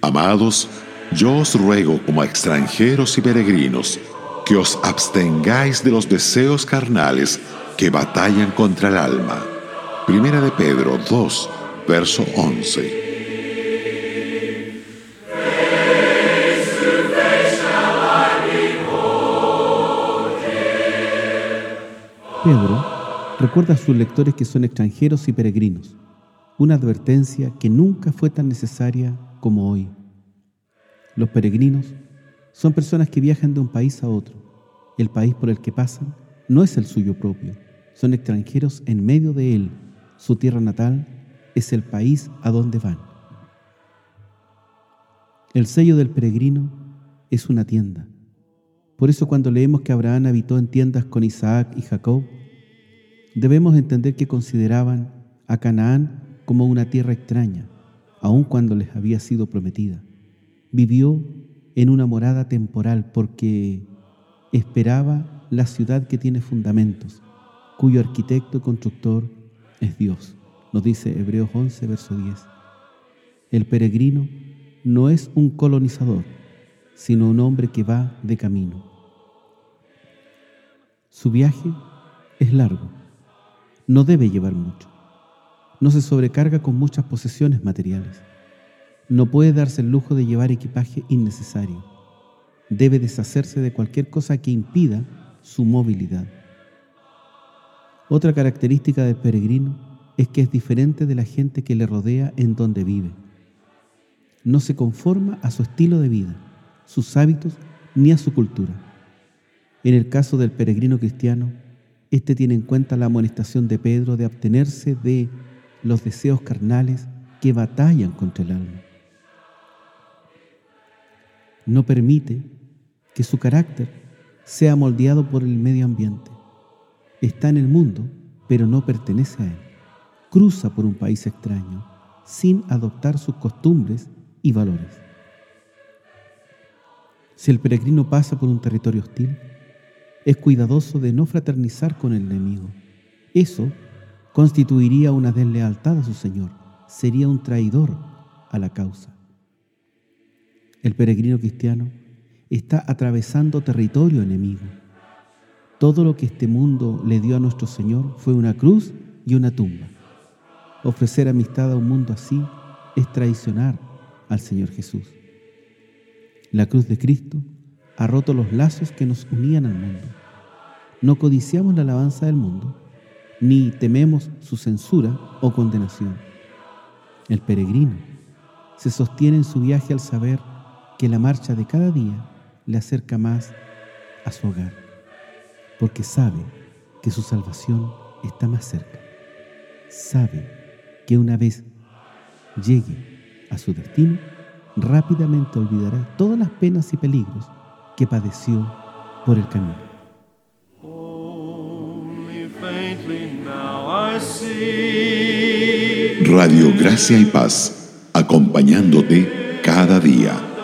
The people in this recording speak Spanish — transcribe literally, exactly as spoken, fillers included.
Amados, yo os ruego como a extranjeros y peregrinos, que os abstengáis de los deseos carnales que batallan contra el alma. Primera de Pedro dos, verso once. Pedro recuerda a sus lectores que son extranjeros y peregrinos, una advertencia que nunca fue tan necesaria como hoy. Los peregrinos son personas que viajan de un país a otro. El país por el que pasan no es el suyo propio, son extranjeros en medio de él. Su tierra natal es el país a donde van. El sello del peregrino es una tienda. Por eso cuando leemos que Abraham habitó en tiendas con Isaac y Jacob, debemos entender que consideraban a Canaán como una tierra extraña, aun cuando les había sido prometida. Vivió en una morada temporal porque esperaba la ciudad que tiene fundamentos, cuyo arquitecto y constructor es Dios. Nos dice Hebreos once, verso diez. El peregrino no es un colonizador, sino un hombre que va de camino. Su viaje es largo, no debe llevar mucho. No se sobrecarga con muchas posesiones materiales. No puede darse el lujo de llevar equipaje innecesario. Debe deshacerse de cualquier cosa que impida su movilidad. Otra característica del peregrino es que es diferente de la gente que le rodea en donde vive. No se conforma a su estilo de vida, sus hábitos ni a su cultura. En el caso del peregrino cristiano, este tiene en cuenta la amonestación de Pedro de abstenerse de los deseos carnales que batallan contra el alma. No permite que su carácter sea moldeado por el medio ambiente. Está en el mundo, pero no pertenece a él. Cruza por un país extraño, sin adoptar sus costumbres y valores. Si el peregrino pasa por un territorio hostil, es cuidadoso de no fraternizar con el enemigo. Eso constituiría una deslealtad a su Señor, sería un traidor a la causa. El peregrino cristiano está atravesando territorio enemigo. Todo lo que este mundo le dio a nuestro Señor fue una cruz y una tumba. Ofrecer amistad a un mundo así es traicionar al Señor Jesús. La cruz de Cristo ha roto los lazos que nos unían al mundo. No codiciamos la alabanza del mundo, ni tememos su censura o condenación. El peregrino se sostiene en su viaje al saber que la marcha de cada día le acerca más a su hogar, porque sabe que su salvación está más cerca. Sabe que una vez llegue a su destino, rápidamente olvidará todas las penas y peligros que padeció por el camino. Radio Gracia y Paz, acompañándote cada día.